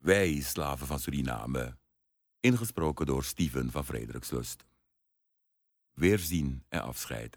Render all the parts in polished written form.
Wij, slaven van Suriname. Ingesproken door Steven van Frederikslust. Weerzien en afscheid.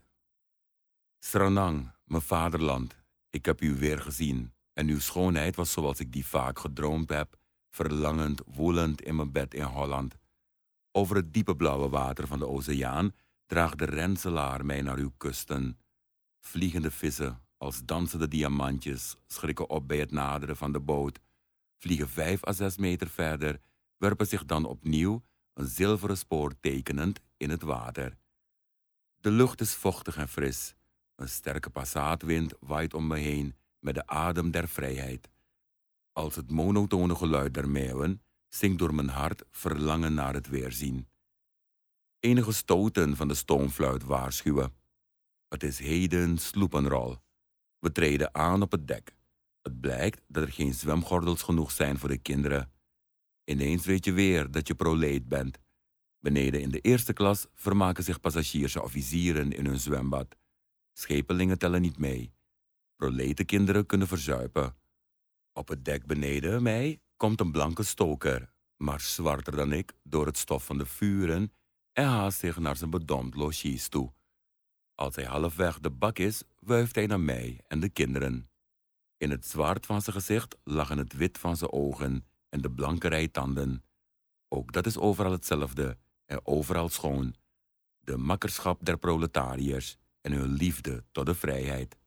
Sranang, mijn vaderland, ik heb u weer gezien. En uw schoonheid was zoals ik die vaak gedroomd heb, verlangend, woelend in mijn bed in Holland. Over het diepe blauwe water van de oceaan draagt de renselaar mij naar uw kusten. Vliegende vissen, als dansende diamantjes, schrikken op bij het naderen van de boot, vliegen 5 à 6 meter verder, werpen zich dan opnieuw, een zilveren spoor tekenend, in het water. De lucht is vochtig en fris. Een sterke passaatwind waait om me heen met de adem der vrijheid. Als het monotone geluid der meeuwen zingt door mijn hart verlangen naar het weerzien. Enige stoten van de stoomfluit waarschuwen. Het is heden sloepenrol. We treden aan op het dek. Het blijkt dat er geen zwemgordels genoeg zijn voor de kinderen. Ineens weet je weer dat je proleet bent. Beneden in de eerste klas vermaken zich passagiers en officieren in hun zwembad. Schepelingen tellen niet mee. Proletenkinderen kunnen verzuipen. Op het dek beneden mij komt een blanke stoker, maar zwarter dan ik door het stof van de vuren, en haast zich naar zijn bedompt logies toe. Als hij halfweg de bak is, wuift hij naar mij en de kinderen. In het zwart van zijn gezicht lagen het wit van zijn ogen en de blanke rij tanden. Ook dat is overal hetzelfde en overal schoon. De makkerschap der proletariërs en hun liefde tot de vrijheid.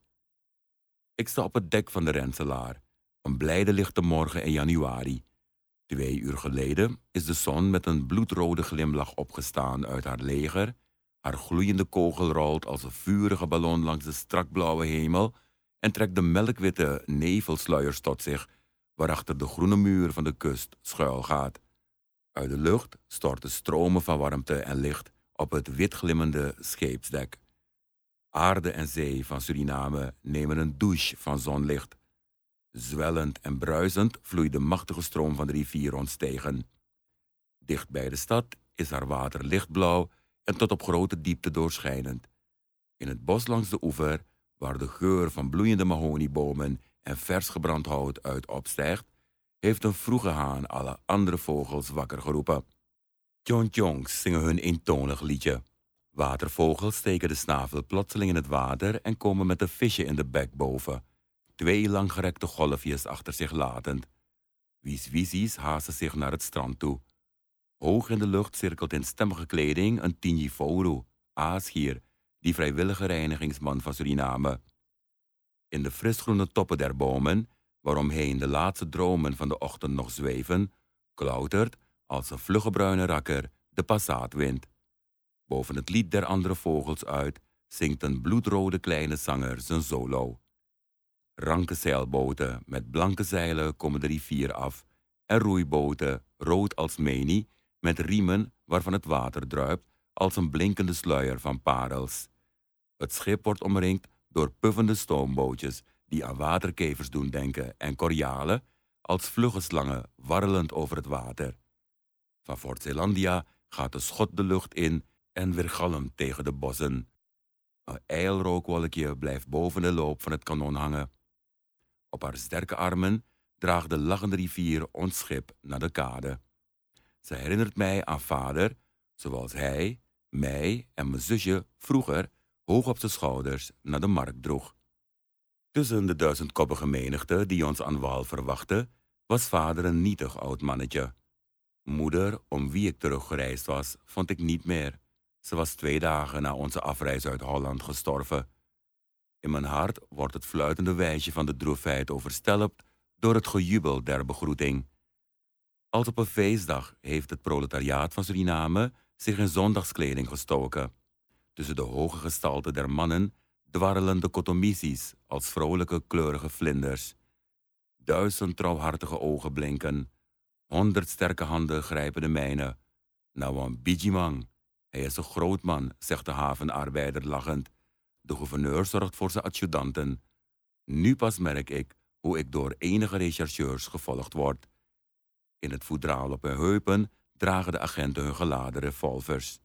Ik sta op het dek van de Renselaar, een blijde lichte morgen in januari. 2 uur geleden is de zon met een bloedrode glimlach opgestaan uit haar leger. Haar gloeiende kogel rolt als een vurige ballon langs de strakblauwe hemel en trekt de melkwitte nevelsluiers tot zich, waarachter de groene muur van de kust schuilgaat. Uit de lucht storten stromen van warmte en licht op het witglimmende scheepsdek. Aarde en zee van Suriname nemen een douche van zonlicht. Zwellend en bruisend vloeit de machtige stroom van de rivier ons tegen. Dicht bij de stad is haar water lichtblauw en tot op grote diepte doorschijnend. In het bos langs de oever, waar de geur van bloeiende mahoниebomen en vers gebrand hout uit opstijgt, heeft een vroege haan alle andere vogels wakker geroepen. Tjontjongs zingen hun eentonig liedje. Watervogels steken de snavel plotseling in het water en komen met een visje in de bek boven, 2 langgerekte golfjes achter zich latend. Wieswiesies haasten zich naar het strand toe. Hoog in de lucht cirkelt in stemmige kleding een Tinjiforu, aasgier, die vrijwillige reinigingsman van Suriname. In de frisgroene toppen der bomen, waaromheen de laatste dromen van de ochtend nog zweven, klautert, als een vlugge bruine rakker, de passaatwind. Boven het lied der andere vogels uit zingt een bloedrode kleine zanger zijn solo. Ranke zeilboten met blanke zeilen komen de rivier af en roeiboten, rood als menie, met riemen waarvan het water druipt als een blinkende sluier van parels. Het schip wordt omringd door puffende stoombootjes die aan waterkevers doen denken en koralen als vlugge slangen warrelend over het water. Van Fort Zeelandia gaat de schot de lucht in en weergalmt tegen de bossen. Een ijl rookwolkje blijft boven de loop van het kanon hangen. Op haar sterke armen draagt de lachende rivier ons schip naar de kade. Ze herinnert mij aan vader, zoals hij, mij en mijn zusje vroeger hoog op zijn schouders naar de markt droeg. Tussen de 1000-koppige menigte die ons aan wal verwachtte, was vader een nietig oud mannetje. Moeder, om wie ik teruggereisd was, vond ik niet meer. Ze was 2 dagen na onze afreis uit Holland gestorven. In mijn hart wordt het fluitende wijsje van de droefheid overstelpt door het gejubel der begroeting. Als op een feestdag heeft het proletariaat van Suriname zich in zondagskleding gestoken. Tussen de hoge gestalten der mannen dwarrelen de kotomissies als vrolijke kleurige vlinders. 1000 trouwhartige ogen blinken. 100 sterke handen grijpen de mijne. Nou een bijimang. Hij is een groot man, zegt de havenarbeider lachend. De gouverneur zorgt voor zijn adjudanten. Nu pas merk ik hoe ik door enige rechercheurs gevolgd word. In het voedraal op hun heupen dragen de agenten hun geladen revolvers.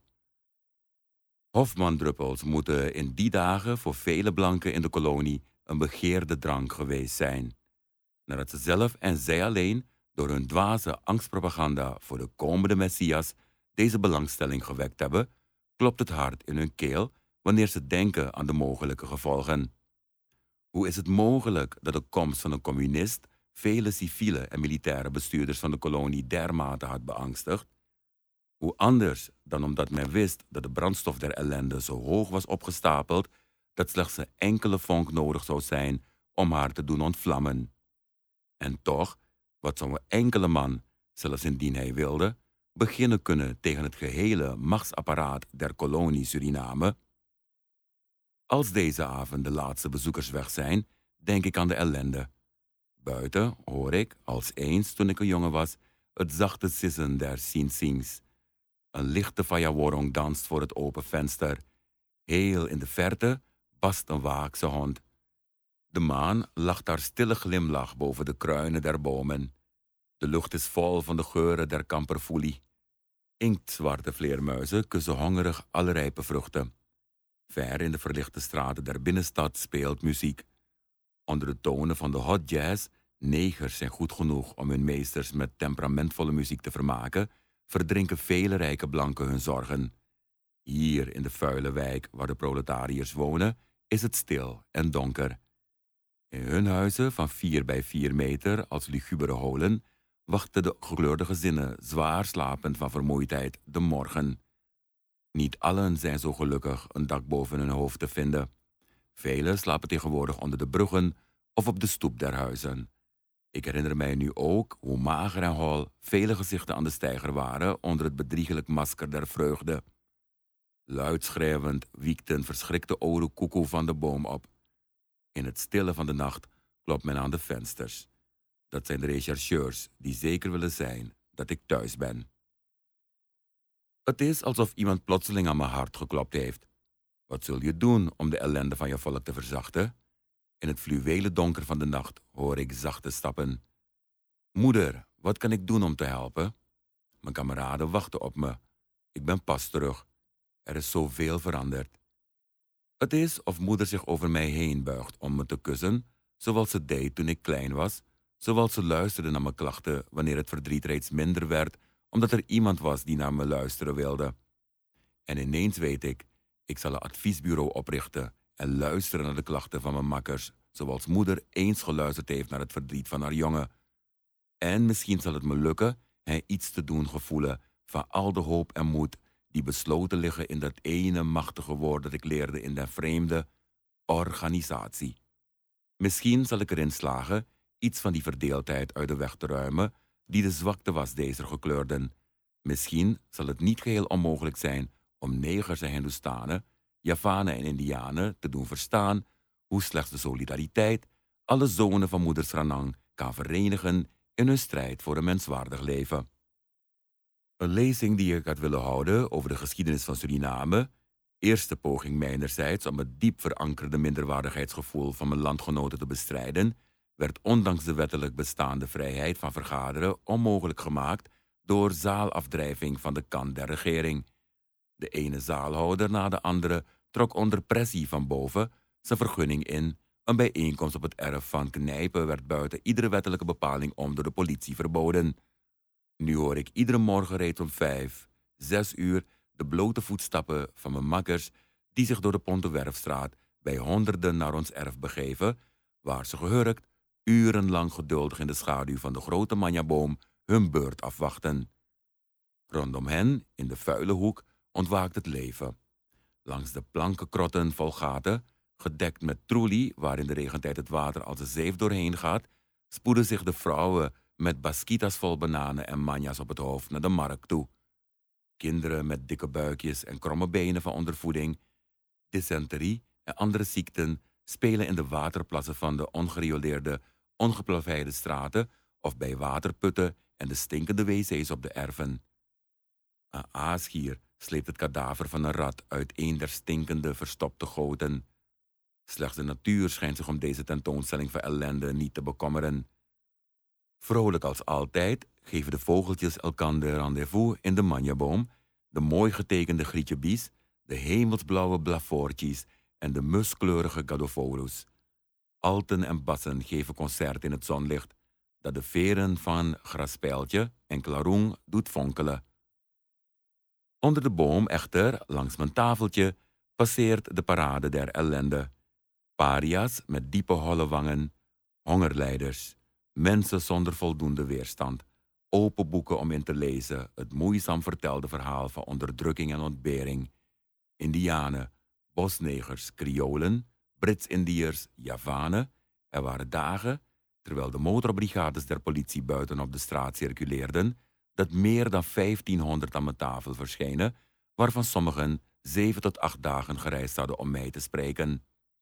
Hofmandruppels moeten in die dagen voor vele blanken in de kolonie een begeerde drank geweest zijn. Nadat ze zelf en zij alleen door hun dwaze angstpropaganda voor de komende Messias deze belangstelling gewekt hebben, klopt het hart in hun keel wanneer ze denken aan de mogelijke gevolgen. Hoe is het mogelijk dat de komst van een communist vele civiele en militaire bestuurders van de kolonie dermate had beangstigd? Hoe anders dan omdat men wist dat de brandstof der ellende zo hoog was opgestapeld dat slechts een enkele vonk nodig zou zijn om haar te doen ontvlammen. En toch, wat zou een enkele man, zelfs indien hij wilde, beginnen kunnen tegen het gehele machtsapparaat der kolonie Suriname? Als deze avond de laatste bezoekers weg zijn, denk ik aan de ellende. Buiten hoor ik, als eens toen ik een jongen was, het zachte sissen der sinsings. Een lichte fayaworong danst voor het open venster. Heel in de verte past een waakse hond. De maan lacht haar stille glimlach boven de kruinen der bomen. De lucht is vol van de geuren der kamperfoelie. Inktzwarte vleermuizen kussen hongerig alle rijpe vruchten. Ver in de verlichte straten der binnenstad speelt muziek. Onder de tonen van de hot jazz, negers zijn goed genoeg om hun meesters met temperamentvolle muziek te vermaken, verdrinken vele rijke blanken hun zorgen. Hier in de vuile wijk waar de proletariërs wonen, is het stil en donker. In hun huizen van 4 bij 4 meter als lugubere holen wachten de gekleurde gezinnen zwaar slapend van vermoeidheid de morgen. Niet allen zijn zo gelukkig een dak boven hun hoofd te vinden. Velen slapen tegenwoordig onder de bruggen of op de stoep der huizen. Ik herinner mij nu ook hoe mager en hol vele gezichten aan de steiger waren onder het bedriegelijk masker der vreugde. Luid schreeuwend wiekt een verschrikte oude koekoe van de boom op. In het stille van de nacht klopt men aan de vensters. Dat zijn de rechercheurs die zeker willen zijn dat ik thuis ben. Het is alsof iemand plotseling aan mijn hart geklopt heeft. Wat zul je doen om de ellende van je volk te verzachten? In het fluwelen donker van de nacht hoor ik zachte stappen. Moeder, wat kan ik doen om te helpen? Mijn kameraden wachten op me. Ik ben pas terug. Er is zoveel veranderd. Het is of moeder zich over mij heen buigt om me te kussen, zoals ze deed toen ik klein was, zoals ze luisterde naar mijn klachten wanneer het verdriet reeds minder werd, omdat er iemand was die naar me luisteren wilde. En ineens weet ik zal een adviesbureau oprichten en luisteren naar de klachten van mijn makkers, zoals moeder eens geluisterd heeft naar het verdriet van haar jongen. En misschien zal het me lukken hij iets te doen gevoelen van al de hoop en moed die besloten liggen in dat ene machtige woord dat ik leerde in de vreemde organisatie. Misschien zal ik erin slagen iets van die verdeeldheid uit de weg te ruimen die de zwakte was deze gekleurden. Misschien zal het niet geheel onmogelijk zijn om negers en Hindoestanen, Javanen en Indianen te doen verstaan hoe slechts de solidariteit alle zonen van moeder Sranang kan verenigen in hun strijd voor een menswaardig leven. Een lezing die ik had willen houden over de geschiedenis van Suriname, eerste poging mijnerzijds om het diep verankerde minderwaardigheidsgevoel van mijn landgenoten te bestrijden, werd ondanks de wettelijk bestaande vrijheid van vergaderen onmogelijk gemaakt door zaalafdrijving van de kant der regering. De ene zaalhouder na de andere trok onder pressie van boven zijn vergunning in. Een bijeenkomst op het erf van Knijpen werd buiten iedere wettelijke bepaling om door de politie verboden. Nu hoor ik iedere morgen reeds om 5, 6 uur de blote voetstappen van mijn makkers die zich door de Pontewerfstraat bij honderden naar ons erf begeven, waar ze gehurkt, urenlang geduldig in de schaduw van de grote manjaboom hun beurt afwachten. Rondom hen, in de vuile hoek, ontwaakt het leven. Langs de plankenkrotten vol gaten, gedekt met troelie waarin de regentijd het water als een zeef doorheen gaat, spoeden zich de vrouwen met baskitas vol bananen en manjas op het hoofd naar de markt toe. Kinderen met dikke buikjes en kromme benen van ondervoeding, dysenterie en andere ziekten spelen in de waterplassen van de ongerioleerde, ongeplaveide straten of bij waterputten en de stinkende wc's op de erven. Een aasgier sleept het kadaver van een rat uit een der stinkende, verstopte goten. Slechts de natuur schijnt zich om deze tentoonstelling van ellende niet te bekommeren. Vrolijk als altijd geven de vogeltjes elkander rendezvous in de manjaboom, de mooi getekende grietjebies, de hemelsblauwe blafoortjes en de muskleurige gadofolus. Alten en bassen geven concert in het zonlicht. dat de veren van Graspijltje en Klaroen doet fonkelen. Onder de boom echter, langs mijn tafeltje, passeert de parade der ellende. Paria's met diepe holle wangen, hongerlijders, mensen zonder voldoende weerstand, open boeken om in te lezen, het moeizaam vertelde verhaal van onderdrukking en ontbering. Indianen, bosnegers, Kriolen, Brits-Indiërs, Javanen. Er waren dagen, terwijl de motorbrigades der politie buiten op de straat circuleerden, dat meer dan 1500 aan mijn tafel verschenen, waarvan sommigen 7 tot 8 dagen gereisd hadden om mij te spreken.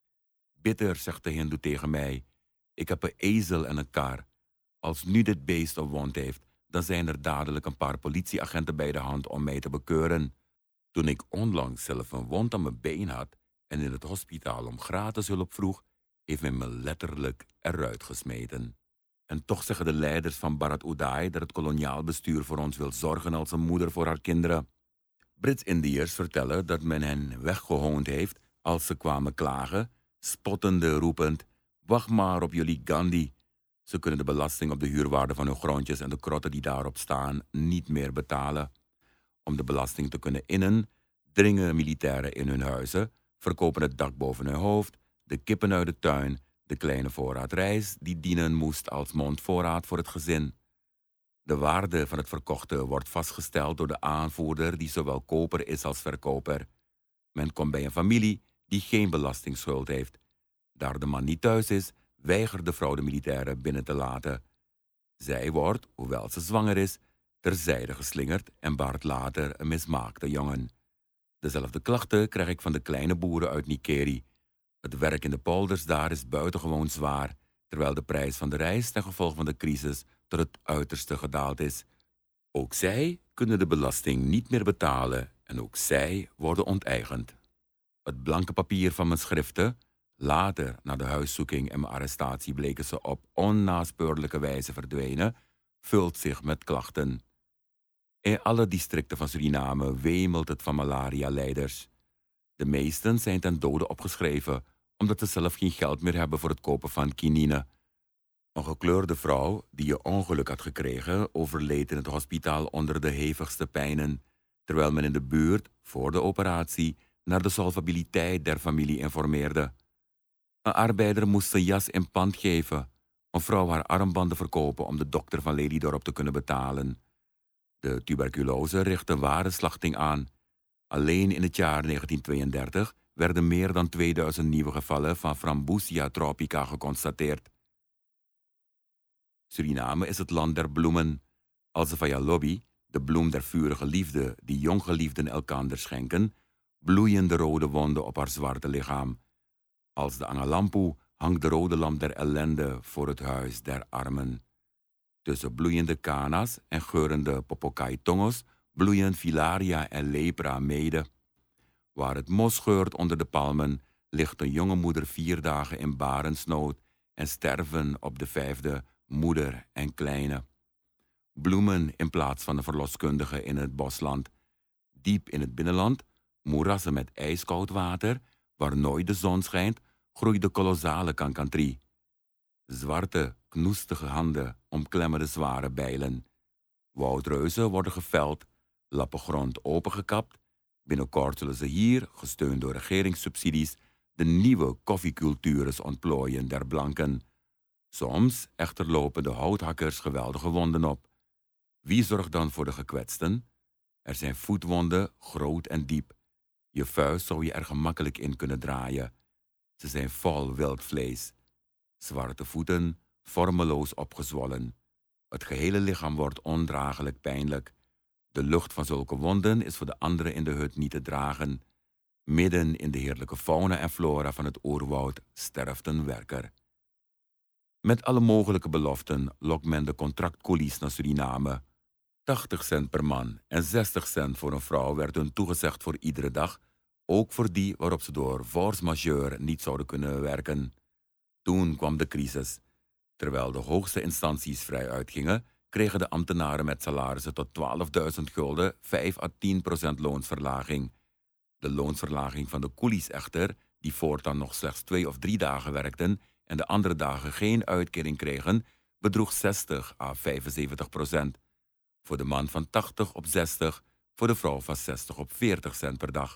Bitter, zegt de hindoe tegen mij, ik heb een ezel en een kar. Als nu dit beest een wond heeft, dan zijn er dadelijk een paar politieagenten bij de hand om mij te bekeuren. Toen ik onlangs zelf een wond aan mijn been had en in het hospitaal om gratis hulp vroeg, heeft men me letterlijk eruit gesmeten. En toch zeggen de leiders van Bharat Uday dat het koloniaal bestuur voor ons wil zorgen als een moeder voor haar kinderen. Brits-Indiërs vertellen dat men hen weggehoond heeft als ze kwamen klagen, spottende roepend, wacht maar op jullie Gandhi. Ze kunnen de belasting op de huurwaarde van hun grondjes en de krotten die daarop staan niet meer betalen. Om de belasting te kunnen innen, dringen militairen in hun huizen, verkopen het dak boven hun hoofd, de kippen uit de tuin, de kleine voorraad rijst die dienen moest als mondvoorraad voor het gezin. De waarde van het verkochte wordt vastgesteld door de aanvoerder die zowel koper is als verkoper. Men komt bij een familie die geen belastingsschuld heeft. Daar de man niet thuis is, weigert de vrouw de militairen binnen te laten. Zij wordt, hoewel ze zwanger is, terzijde geslingerd en baart later een mismaakte jongen. Dezelfde klachten krijg ik van de kleine boeren uit Nikeri. Het werk in de polders daar is buitengewoon zwaar, terwijl de prijs van de rijst ten gevolge van de crisis tot het uiterste gedaald is. Ook zij kunnen de belasting niet meer betalen en ook zij worden onteigend. Het blanke papier van mijn schriften, later na de huiszoeking en mijn arrestatie bleken ze op onnaspeurlijke wijze verdwenen, vult zich met klachten. In alle districten van Suriname wemelt het van malaria-lijders. De meesten zijn ten dode opgeschreven, omdat ze zelf geen geld meer hebben voor het kopen van quinine. Een gekleurde vrouw, die een ongeluk had gekregen, overleed in het hospitaal onder de hevigste pijnen, terwijl men in de buurt, voor de operatie, naar de solvabiliteit der familie informeerde. Een arbeider moest zijn jas in pand geven, een vrouw haar armbanden verkopen om de dokter van Lelydorp te kunnen betalen. De tuberculose richtte ware slachting aan. Alleen in het jaar 1932 werden meer dan 2000 nieuwe gevallen van Frambusia tropica geconstateerd. Suriname is het land der bloemen. Als de Vajalobi, de bloem der vurige liefde die jonggeliefden elkander schenken, bloeien de rode wonden op haar zwarte lichaam. Als de Angalampu hangt de rode lamp der ellende voor het huis der armen. Tussen bloeiende kana's en geurende popokai-tongos bloeien filaria en lepra mede. Waar het mos geurt onder de palmen, ligt een jonge moeder 4 dagen in barensnood en sterven op de 5e moeder en kleine. Bloemen in plaats van de verloskundige in het bosland. Diep in het binnenland, moerassen met ijskoud water, waar nooit de zon schijnt, groeit de kolossale kankantrie. Zwarte, knoestige handen omklemmen de zware bijlen. Woudreuzen worden geveld, lappen grond opengekapt. Binnenkort zullen ze hier, gesteund door regeringssubsidies, de nieuwe koffiecultures ontplooien der blanken. Soms echter lopen de houthakkers geweldige wonden op. Wie zorgt dan voor de gekwetsten? Er zijn voetwonden, groot en diep. Je vuist zou je er gemakkelijk in kunnen draaien. Ze zijn vol wild vlees. Zwarte voeten, vormeloos opgezwollen. Het gehele lichaam wordt ondraaglijk pijnlijk. De lucht van zulke wonden is voor de anderen in de hut niet te dragen. Midden in de heerlijke fauna en flora van het oerwoud sterft een werker. Met alle mogelijke beloften lokt men de contractcoolies naar Suriname. 80 cent per man en 60 cent voor een vrouw werd hun toegezegd voor iedere dag, ook voor die waarop ze door force majeure niet zouden kunnen werken. Toen kwam de crisis. Terwijl de hoogste instanties vrij uitgingen, kregen de ambtenaren met salarissen tot 12.000 gulden 5 à 10% loonsverlaging. De loonsverlaging van de coolies echter, die voortaan nog slechts 2 of 3 dagen werkten en de andere dagen geen uitkering kregen, bedroeg 60 à 75%. Voor de man van 80 op 60, voor de vrouw van 60 op 40 cent per dag.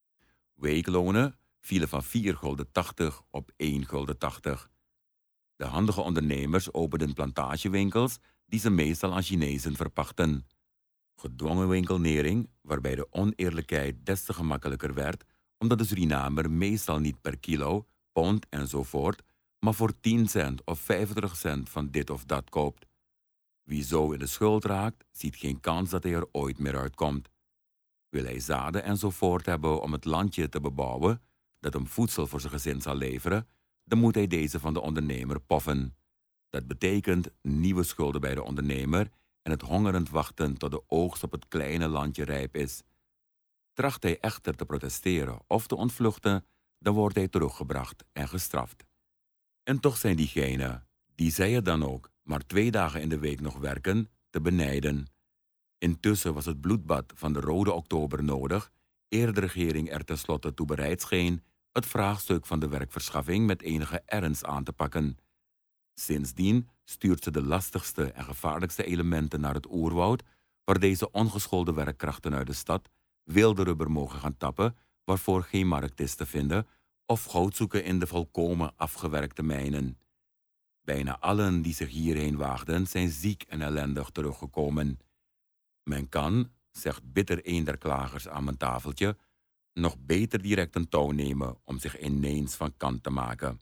Weeklonen vielen van 4,80 op 1,80. De handige ondernemers openden plantagewinkels die ze meestal aan Chinezen verpachten. Gedwongen winkelnering, waarbij de oneerlijkheid des te gemakkelijker werd, omdat de Surinamer meestal niet per kilo, pond enzovoort, maar voor 10 cent of 25 cent van dit of dat koopt. Wie zo in de schuld raakt, ziet geen kans dat hij er ooit meer uitkomt. Wil hij zaden enzovoort hebben om het landje te bebouwen, dat hem voedsel voor zijn gezin zal leveren, dan moet hij deze van de ondernemer poffen. Dat betekent nieuwe schulden bij de ondernemer en het hongerend wachten tot de oogst op het kleine landje rijp is. Tracht hij echter te protesteren of te ontvluchten, dan wordt hij teruggebracht en gestraft. En toch zijn diegenen, die zij het dan ook, maar 2 dagen in de week nog werken, te benijden. Intussen was het bloedbad van de Rode Oktober nodig, eer de regering er tenslotte toe bereid scheen het vraagstuk van de werkverschaffing met enige ernst aan te pakken. Sindsdien stuurt ze de lastigste en gevaarlijkste elementen naar het oerwoud, waar deze ongeschoolde werkkrachten uit de stad wilde rubber mogen gaan tappen, waarvoor geen markt is te vinden, of goud zoeken in de volkomen afgewerkte mijnen. Bijna allen die zich hierheen waagden, zijn ziek en ellendig teruggekomen. Men kan, zegt bitter een der klagers aan mijn tafeltje, nog beter direct een touw nemen om zich ineens van kant te maken.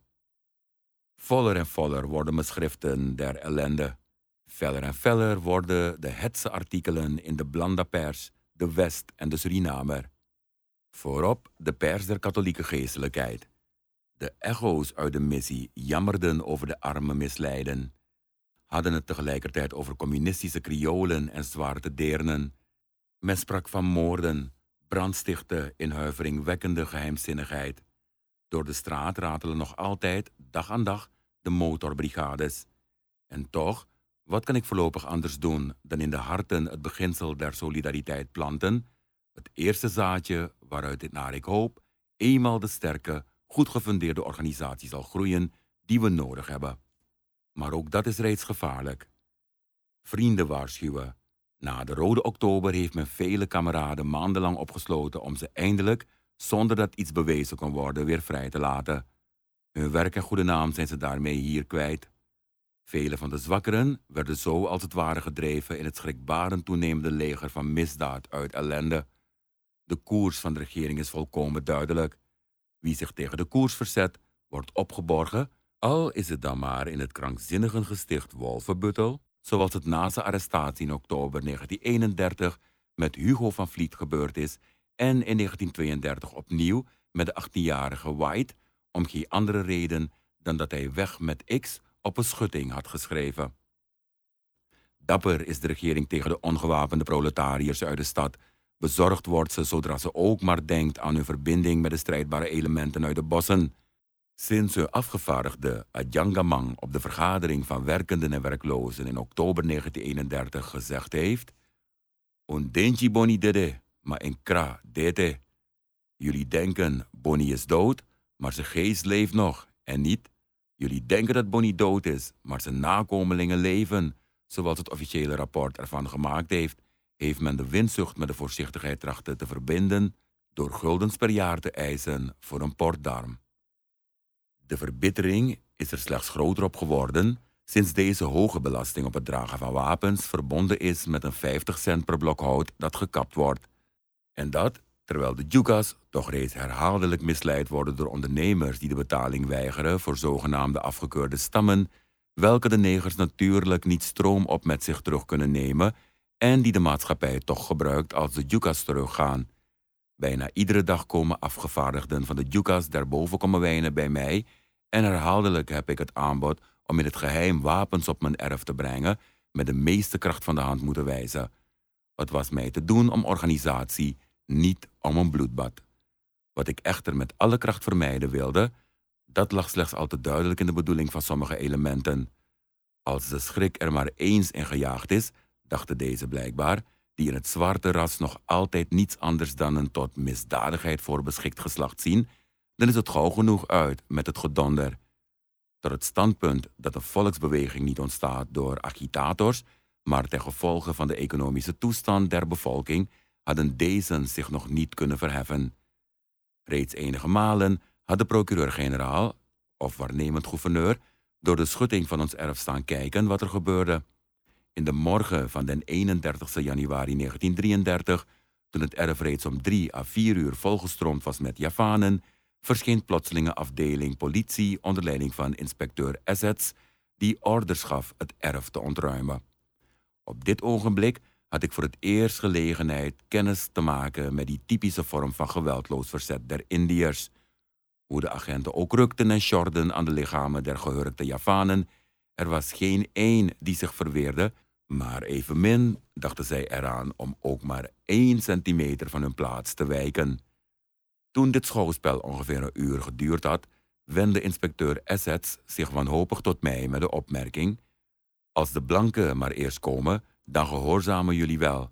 Voller en voller worden mijn schriften der ellende. Feller en feller worden de hetse artikelen in de Blanda Pers, de West en de Surinamer. Voorop de pers der katholieke geestelijkheid. De echo's uit de missie jammerden over de arme misleiden. Hadden het tegelijkertijd over communistische kriolen en zwarte deernen. Men sprak van moorden, brandstichten in huiveringwekkende geheimzinnigheid. Door de straat ratelen nog altijd, dag aan dag, de motorbrigades. En toch, wat kan ik voorlopig anders doen dan in de harten het beginsel der solidariteit planten? Het eerste zaadje waaruit dit naar ik hoop, eenmaal de sterke, goed gefundeerde organisatie zal groeien die we nodig hebben. Maar ook dat is reeds gevaarlijk. Vrienden waarschuwen. Na de Rode Oktober heeft men vele kameraden maandenlang opgesloten om ze eindelijk, zonder dat iets bewezen kon worden, weer vrij te laten. Hun werk en goede naam zijn ze daarmee hier kwijt. Vele van de zwakkeren werden zo als het ware gedreven in het schrikbarend toenemende leger van misdaad uit ellende. De koers van de regering is volkomen duidelijk. Wie zich tegen de koers verzet, wordt opgeborgen, al is het dan maar in het krankzinnige gesticht Wolfenbüttel, zoals het na zijn arrestatie in oktober 1931 met Hugo van Vliet gebeurd is en in 1932 opnieuw met de 18-jarige White, om geen andere reden dan dat hij weg met X op een schutting had geschreven. Dapper is de regering tegen de ongewapende proletariërs uit de stad. Bezorgd wordt ze zodra ze ook maar denkt aan hun verbinding met de strijdbare elementen uit de bossen. Sinds hun afgevaardigde Adjangamang op de vergadering van werkenden en werklozen in oktober 1931 gezegd heeft: Ondenchi Boni dede, maar in kra dete. Jullie denken Boni is dood, maar zijn geest leeft nog, en niet. Jullie denken dat Boni dood is, maar zijn nakomelingen leven. Zoals het officiële rapport ervan gemaakt heeft men de winzucht met de voorzichtigheid trachten te verbinden door guldens per jaar te eisen voor een portdarm. De verbittering is er slechts groter op geworden sinds deze hoge belasting op het dragen van wapens verbonden is met een 50 cent per blok hout dat gekapt wordt. En dat terwijl de Jukas toch reeds herhaaldelijk misleid worden door ondernemers die de betaling weigeren voor zogenaamde afgekeurde stammen, welke de negers natuurlijk niet stroomop met zich terug kunnen nemen en die de maatschappij toch gebruikt als de Jukas teruggaan. Bijna iedere dag komen afgevaardigden van de Jukas der bovenkommerwijnen bij mij en herhaaldelijk heb ik het aanbod om in het geheim wapens op mijn erf te brengen met de meeste kracht van de hand moeten wijzen. Het was mij te doen om organisatie, niet om een bloedbad. Wat ik echter met alle kracht vermijden wilde, dat lag slechts al te duidelijk in de bedoeling van sommige elementen. Als de schrik er maar eens in gejaagd is, dachten deze blijkbaar, die in het zwarte ras nog altijd niets anders dan een tot misdadigheid voorbeschikt geslacht zien, dan is het gauw genoeg uit met het gedonder. tot het standpunt dat een volksbeweging niet ontstaat door agitators, maar ten gevolge van de economische toestand der bevolking, hadden deze zich nog niet kunnen verheffen. Reeds enige malen had de procureur-generaal, of waarnemend gouverneur, door de schutting van ons erf staan kijken wat er gebeurde. In de morgen van den 31 januari 1933, toen het erf reeds om 3 à 4 uur volgestroomd was met Javanen, verscheen plotseling een afdeling politie onder leiding van inspecteur Essets, die orders gaf het erf te ontruimen. Op dit ogenblik had ik voor het eerst gelegenheid kennis te maken met die typische vorm van geweldloos verzet der Indiërs. Hoe de agenten ook rukten en sjorden aan de lichamen der gehurkte Javanen, er was geen één die zich verweerde, maar evenmin dachten zij eraan om ook maar 1 centimeter van hun plaats te wijken. Toen dit schouwspel ongeveer een uur geduurd had, wendde inspecteur Essets zich wanhopig tot mij met de opmerking: als de blanken maar eerst komen, dan gehoorzamen jullie wel.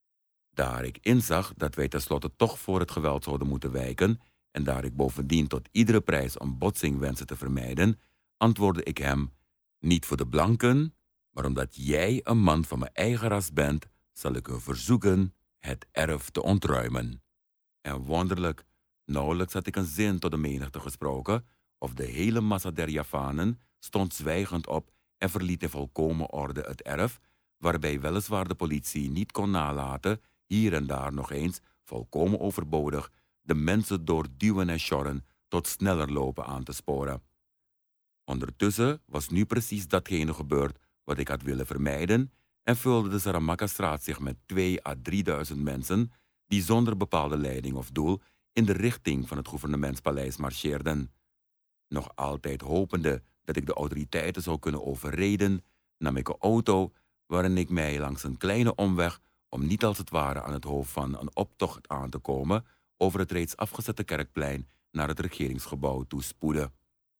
Daar ik inzag dat wij tenslotte toch voor het geweld zouden moeten wijken, en daar ik bovendien tot iedere prijs een botsing wenste te vermijden, antwoordde ik hem: niet voor de blanken, maar omdat jij een man van mijn eigen ras bent, zal ik u verzoeken het erf te ontruimen. En wonderlijk, nauwelijks had ik een zin tot de menigte gesproken, of de hele massa der Javanen stond zwijgend op en verliet in volkomen orde het erf, waarbij weliswaar de politie niet kon nalaten hier en daar nog eens, volkomen overbodig, de mensen door duwen en sjorren tot sneller lopen aan te sporen. Ondertussen was nu precies datgene gebeurd wat ik had willen vermijden en vulde de Saramacca-straat zich met 2.000 à 3.000 mensen die zonder bepaalde leiding of doel in de richting van het gouvernementspaleis marcheerden. Nog altijd hopende dat ik de autoriteiten zou kunnen overreden, nam ik een auto waarin ik mij langs een kleine omweg, om niet als het ware aan het hoofd van een optocht aan te komen, over het reeds afgezette kerkplein naar het regeringsgebouw toespoedde.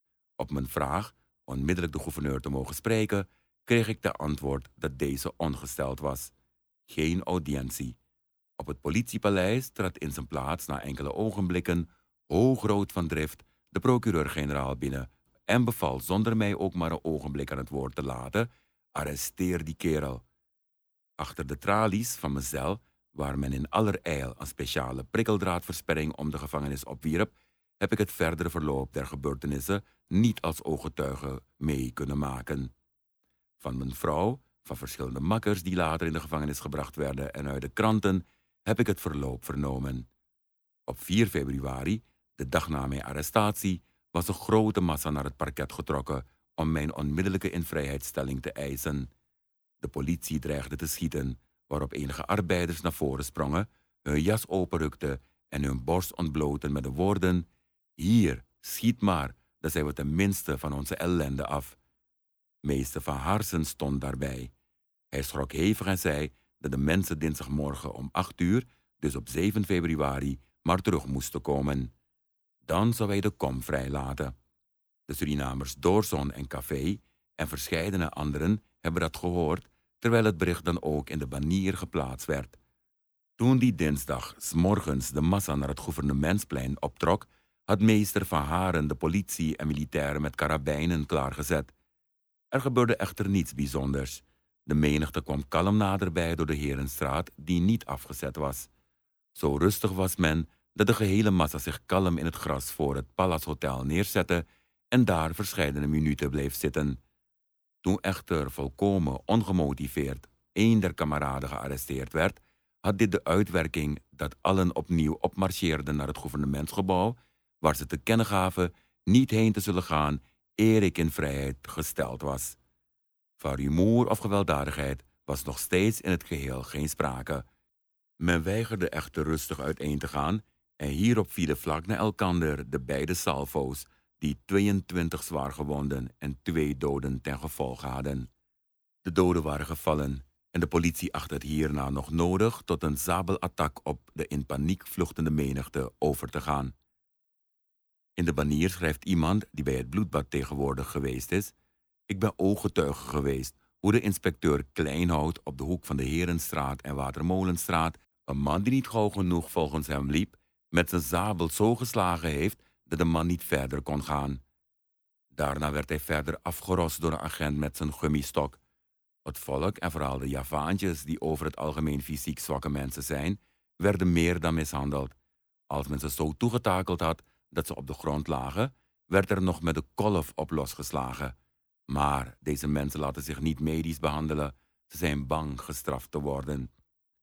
Op mijn vraag onmiddellijk de gouverneur te mogen spreken, kreeg ik de antwoord dat deze ongesteld was. Geen audiëntie. Op het politiepaleis trad in zijn plaats na enkele ogenblikken, hoogrood van drift, de procureur-generaal binnen en beval zonder mij ook maar een ogenblik aan het woord te laten: arresteer die kerel. Achter de tralies van mijn cel, waar men in allerijl een speciale prikkeldraadversperring om de gevangenis opwierp, heb ik het verdere verloop der gebeurtenissen niet als ooggetuige mee kunnen maken. Van mijn vrouw, van verschillende makkers die later in de gevangenis gebracht werden en uit de kranten, heb ik het verloop vernomen. Op 4 februari, de dag na mijn arrestatie, was een grote massa naar het parket getrokken om mijn onmiddellijke invrijheidstelling te eisen. De politie dreigde te schieten, waarop enige arbeiders naar voren sprongen, hun jas openrukten en hun borst ontbloten met de woorden: hier, schiet maar, dan zijn we tenminste van onze ellende af. Meester Van Harsen stond daarbij. Hij schrok hevig en zei dat de mensen dinsdagmorgen om 8 uur, dus op 7 februari, maar terug moesten komen. Dan zou hij de kom vrijlaten. De Surinamers Doorzon en Café en verscheidene anderen hebben dat gehoord, terwijl het bericht dan ook in de Banier geplaatst werd. Toen die dinsdag 's morgens de massa naar het gouvernementsplein optrok, had meester Van Haren de politie en militairen met karabijnen klaargezet. Er gebeurde echter niets bijzonders. De menigte kwam kalm naderbij door de Herenstraat, die niet afgezet was. Zo rustig was men dat de gehele massa zich kalm in het gras voor het Palace Hotel neerzette en daar verscheidene minuten bleef zitten. Toen echter volkomen ongemotiveerd 1 der kameraden gearresteerd werd, had dit de uitwerking dat allen opnieuw opmarcheerden naar het gouvernementsgebouw, waar ze te kennen gaven niet heen te zullen gaan eer ik in vrijheid gesteld was. Van rumoer of gewelddadigheid was nog steeds in het geheel geen sprake. Men weigerde echter rustig uiteen te gaan en hierop vielen vlak na elkander de beide salvo's, die 22 zwaargewonden en 2 doden ten gevolge hadden. De doden waren gevallen en de politie achtte het hierna nog nodig tot een sabelattack op de in paniek vluchtende menigte over te gaan. In de Banier schrijft iemand die bij het bloedbad tegenwoordig geweest is: ik ben ooggetuige geweest hoe de inspecteur Kleinhout op de hoek van de Herenstraat en Watermolenstraat een man die niet gauw genoeg volgens hem liep, met zijn sabel zo geslagen heeft dat de man niet verder kon gaan. Daarna werd hij verder afgerost door een agent met zijn gummistok. Het volk, en vooral de Javaantjes, die over het algemeen fysiek zwakke mensen zijn, werden meer dan mishandeld. Als men ze zo toegetakeld had dat ze op de grond lagen, werd er nog met de kolf op losgeslagen. Maar deze mensen laten zich niet medisch behandelen. Ze zijn bang gestraft te worden.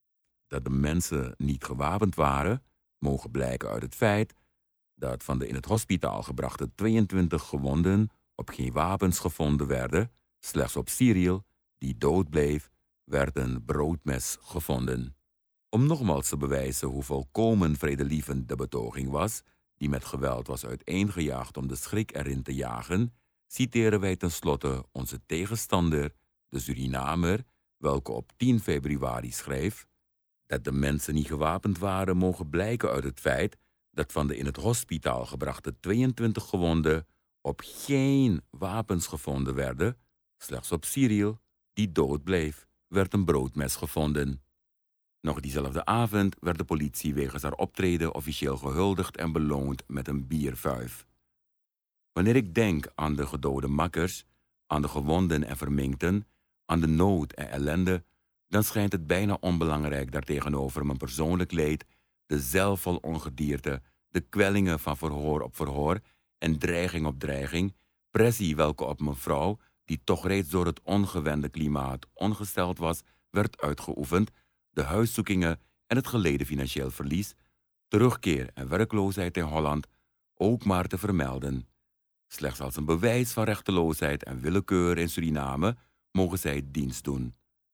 Dat de mensen niet gewapend waren, mogen blijken uit het feit dat van de in het hospitaal gebrachte 22 gewonden op geen wapens gevonden werden. Slechts op Cyril, die dood bleef, werd een broodmes gevonden. Om nogmaals te bewijzen hoe volkomen vredelievend de betoging was, die met geweld was uiteengejaagd om de schrik erin te jagen, citeren wij tenslotte onze tegenstander, de Surinamer, welke op 10 februari schreef: dat de mensen niet gewapend waren mogen blijken uit het feit dat van de in het hospitaal gebrachte 22 gewonden op geen wapens gevonden werden. Slechts op Cyril, die dood bleef, werd een broodmes gevonden. Nog diezelfde avond werd de politie wegens haar optreden officieel gehuldigd en beloond met een biervuif. Wanneer ik denk aan de gedode makkers, aan de gewonden en verminkten, aan de nood en ellende, dan schijnt het bijna onbelangrijk daartegenover mijn persoonlijk leed, de zelfvol ongedierte, de kwellingen van verhoor op verhoor en dreiging op dreiging, pressie welke op mijn vrouw, die toch reeds door het ongewende klimaat ongesteld was, werd uitgeoefend, de huiszoekingen en het geleden financieel verlies, terugkeer en werkloosheid in Holland ook maar te vermelden. Slechts als een bewijs van rechteloosheid en willekeur in Suriname mogen zij dienst doen.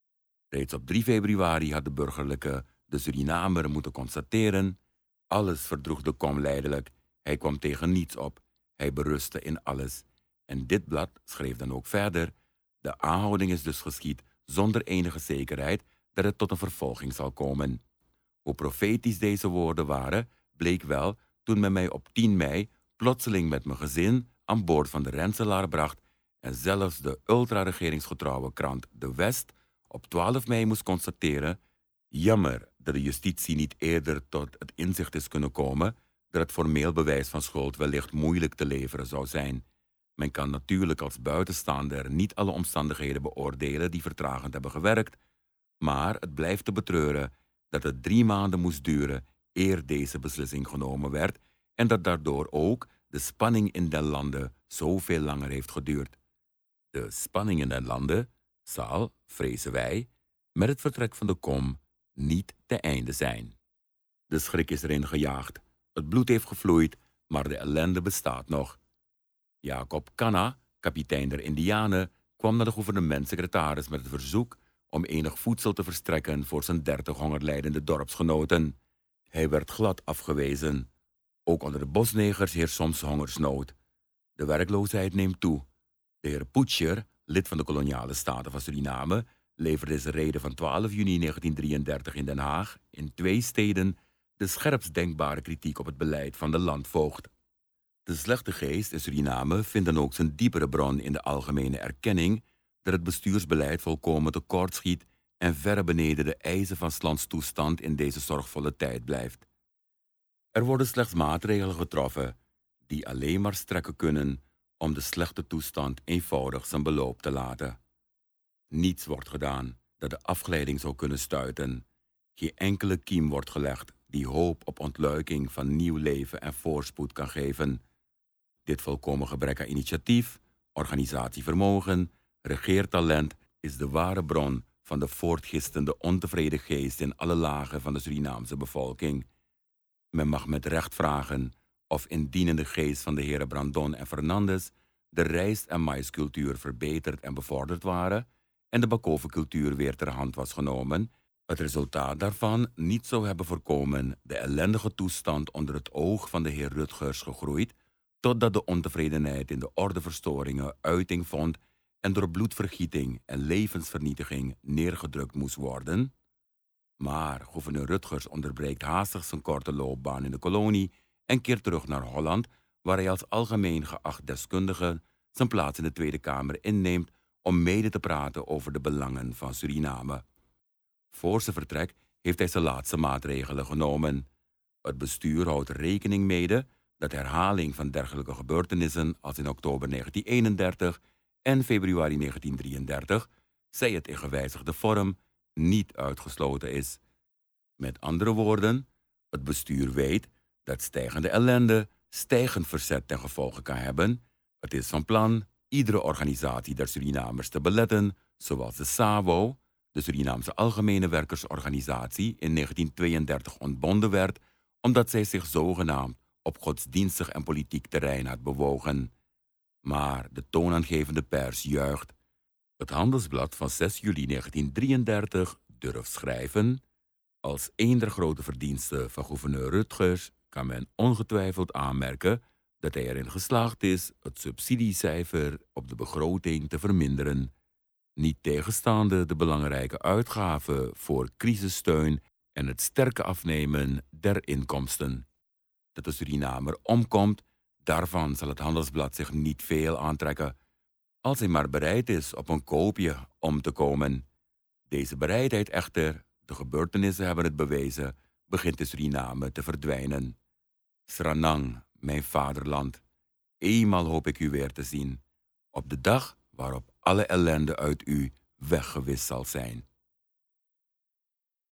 Reeds op 3 februari had de burgerlijke de Surinamer moeten constateren: alles verdroeg de kom lijdelijk, hij kwam tegen niets op, hij berustte in alles. En dit blad schreef dan ook verder: de aanhouding is dus geschied zonder enige zekerheid dat het tot een vervolging zal komen. Hoe profetisch deze woorden waren, bleek wel toen men mij op 10 mei plotseling met mijn gezin aan boord van de Renselaar bracht en zelfs de ultra-regeringsgetrouwe krant De West op 12 mei moest constateren: jammer dat de justitie niet eerder tot het inzicht is kunnen komen dat het formeel bewijs van schuld wellicht moeilijk te leveren zou zijn. Men kan natuurlijk als buitenstaander niet alle omstandigheden beoordelen die vertragend hebben gewerkt, maar het blijft te betreuren dat het 3 maanden moest duren eer deze beslissing genomen werd en dat daardoor ook de spanning in den landen zoveel langer heeft geduurd. De spanning in den landen zal, vrezen wij, met het vertrek van de kom niet te einde zijn. De schrik is erin gejaagd, het bloed heeft gevloeid, maar de ellende bestaat nog. Jacob Canna, kapitein der Indianen, kwam naar de gouvernementssecretaris met het verzoek om enig voedsel te verstrekken voor zijn 30 hongerlijdende dorpsgenoten. Hij werd glad afgewezen. Ook onder de bosnegers heerst soms hongersnood. De werkloosheid neemt toe. De heer Poetscher, lid van de koloniale staten van Suriname, leverde deze reden van 12 juni 1933 in Den Haag, in 2 steden, de scherpst denkbare kritiek op het beleid van de landvoogd. De slechte geest in Suriname vindt dan ook zijn diepere bron in de algemene erkenning dat het bestuursbeleid volkomen tekortschiet en verre beneden de eisen van 's lands toestand in deze zorgvolle tijd blijft. Er worden slechts maatregelen getroffen die alleen maar strekken kunnen om de slechte toestand eenvoudig zijn beloop te laten. Niets wordt gedaan dat de afgeleiding zou kunnen stuiten. Geen enkele kiem wordt gelegd die hoop op ontluiking van nieuw leven en voorspoed kan geven. Dit volkomen gebrek aan initiatief, organisatievermogen, regeertalent is de ware bron van de voortgistende ontevreden geest in alle lagen van de Surinaamse bevolking. Men mag met recht vragen of indien de geest van de heren Brandon en Fernandes de rijst- en maïscultuur verbeterd en bevorderd waren en de bakovencultuur weer ter hand was genomen, het resultaat daarvan niet zou hebben voorkomen de ellendige toestand onder het oog van de heer Rutgers gegroeid, totdat de ontevredenheid in de ordeverstoringen uiting vond en door bloedvergieting en levensvernietiging neergedrukt moest worden. Maar gouverneur Rutgers onderbreekt haastig zijn korte loopbaan in de kolonie en keert terug naar Holland, waar hij als algemeen geacht deskundige zijn plaats in de Tweede Kamer inneemt om mede te praten over de belangen van Suriname. Voor zijn vertrek heeft hij zijn laatste maatregelen genomen. Het bestuur houdt rekening mede dat herhaling van dergelijke gebeurtenissen als in oktober 1931 en februari 1933, zij het in gewijzigde vorm, niet uitgesloten is. Met andere woorden, het bestuur weet dat stijgende ellende stijgend verzet ten gevolge kan hebben. Het is van plan iedere organisatie der Surinamers te beletten, zoals de SAWO, de Surinaamse Algemene Werkersorganisatie, in 1932 ontbonden werd, omdat zij zich zogenaamd op godsdienstig en politiek terrein had bewogen. Maar de toonaangevende pers juicht. Het Handelsblad van 6 juli 1933 durft schrijven: als een der grote verdiensten van gouverneur Rutgers kan men ongetwijfeld aanmerken dat hij erin geslaagd is het subsidiecijfer op de begroting te verminderen, niet tegenstaande de belangrijke uitgaven voor crisissteun en het sterke afnemen der inkomsten. Dat de Surinamer omkomt, daarvan zal het Handelsblad zich niet veel aantrekken, als hij maar bereid is op een koopje om te komen. Deze bereidheid echter, de gebeurtenissen hebben het bewezen, begint in Suriname te verdwijnen. Sranang, mijn vaderland, eenmaal hoop ik u weer te zien, op de dag waarop alle ellende uit u weggewist zal zijn.